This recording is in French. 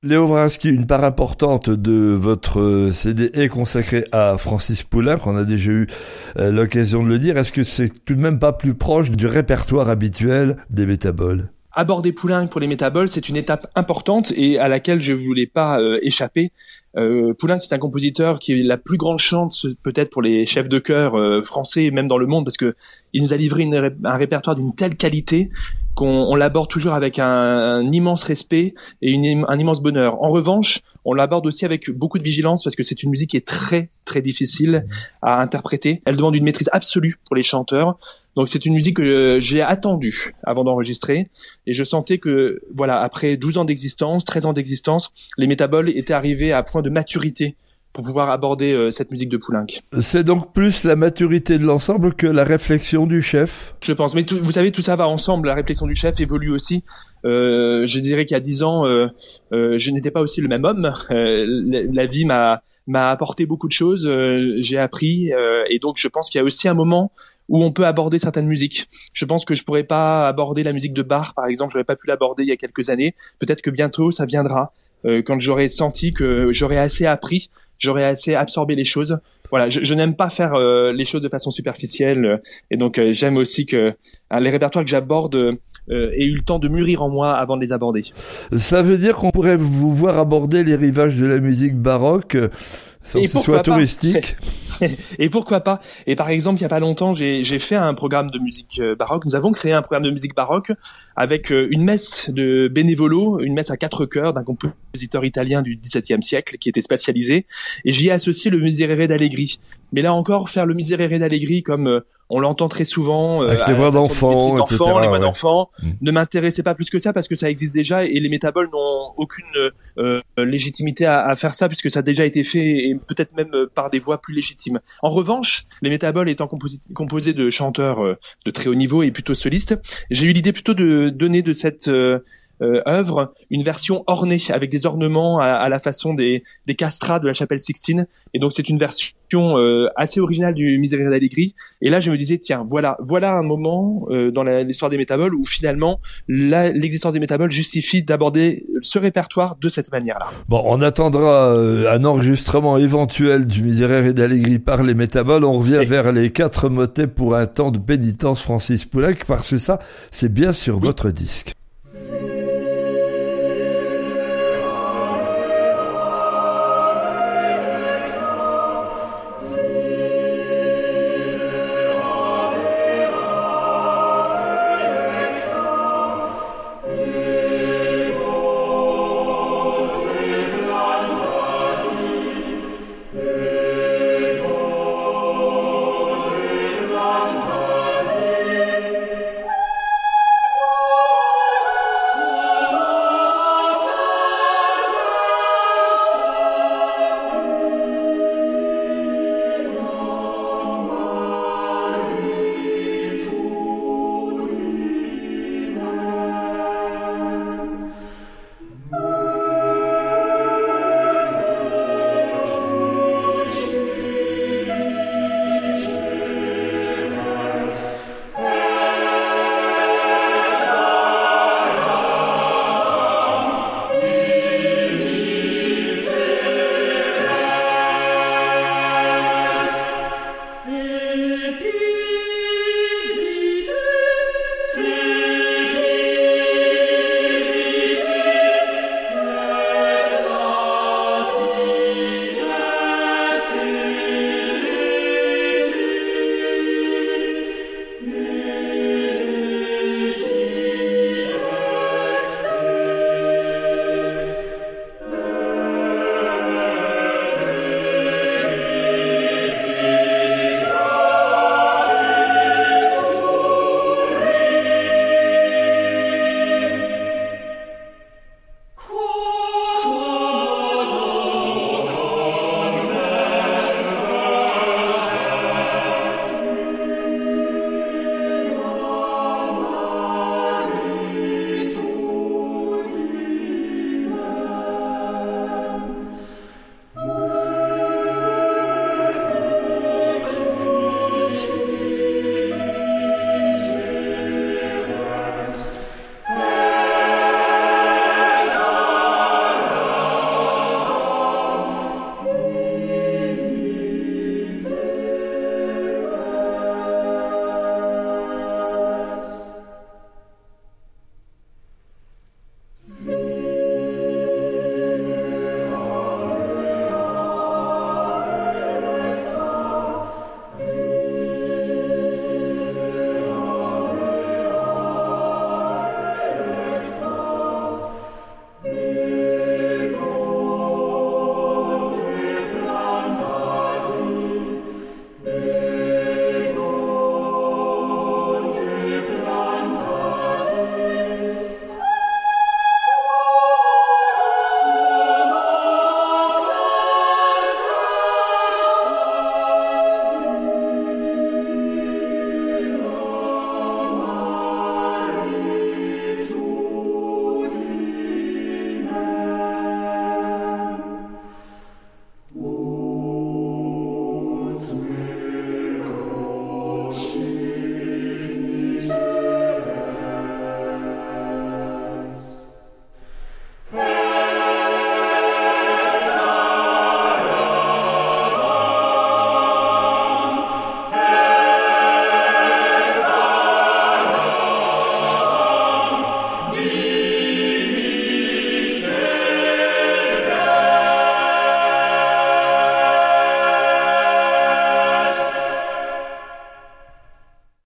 Léo Wrawinski, une part importante de votre CD est consacrée à Francis Poulenc, on a déjà eu l'occasion de le dire. Est-ce que c'est tout de même pas plus proche du répertoire habituel des Métaboles ? Aborder Poulenc pour les Métaboles, c'est une étape importante et à laquelle je voulais pas échapper. Poulenc, c'est un compositeur qui est la plus grande chance peut-être pour les chefs de chœur français et même dans le monde, parce que il nous a livré un répertoire d'une telle qualité qu'on l'aborde toujours avec un immense respect et un immense bonheur. En revanche, on l'aborde aussi avec beaucoup de vigilance parce que c'est une musique qui est très très difficile à interpréter. Elle demande une maîtrise absolue pour les chanteurs. Donc c'est une musique que j'ai attendue avant d'enregistrer et je sentais que voilà, après 12 ans d'existence, 13 ans d'existence, les Métaboles étaient arrivés à point de maturité pour pouvoir aborder cette musique de Poulenc. C'est donc plus la maturité de l'ensemble que la réflexion du chef, je pense. Mais vous savez, tout ça va ensemble. La réflexion du chef évolue aussi. Je dirais qu'il y a 10 ans, je n'étais pas aussi le même homme. La vie m'a apporté beaucoup de choses. J'ai appris. Et donc, je pense qu'il y a aussi un moment où on peut aborder certaines musiques. Je pense que je pourrais pas aborder la musique de Bach, par exemple. J'aurais pas pu l'aborder il y a quelques années. Peut-être que bientôt, ça viendra. Quand j'aurai senti que j'aurais assez appris, j'aurais assez absorbé les choses. Voilà, je n'aime pas faire les choses de façon superficielle, et donc j'aime aussi que les répertoires que j'aborde aient eu le temps de mûrir en moi avant de les aborder. Ça veut dire qu'on pourrait vous voir aborder les rivages de la musique baroque sans que ce soit touristique. Et pourquoi pas. Et par exemple, il y a pas longtemps, j'ai fait un programme de musique baroque. Nous avons créé un programme de musique baroque avec une messe de Benevolo, une messe à 4 chœurs d'un compositeur italien du XVIIe siècle qui était spatialisé. Et j'y ai associé le Miserere d'Allegri. Mais là encore, faire le Miserere d'Allegri comme on l'entend très souvent avec les voix d'enfants, etc., les voix d'enfants, ne m'intéressait pas plus que ça parce que ça existe déjà et les Métaboles n'ont aucune légitimité à faire ça puisque ça a déjà été fait et peut-être même par des voix plus légitimes. En revanche, les Métaboles étant composés de chanteurs de très haut niveau et plutôt solistes, j'ai eu l'idée plutôt de donner de cette œuvre une version ornée avec des ornements à la façon des castrats de la chapelle Sixtine, et donc c'est une version assez originale du Miserere d'Allegri. Et là je me disais tiens, voilà un moment dans l'histoire des Métaboles où finalement l'existence des Métaboles justifie d'aborder ce répertoire de cette manière-là. Bon, on attendra un enregistrement éventuel du Miserere d'Allegri par les Métaboles. On revient vers les 4 motets pour un temps de pénitence Francis Poulenc, parce que ça c'est bien sur votre disque.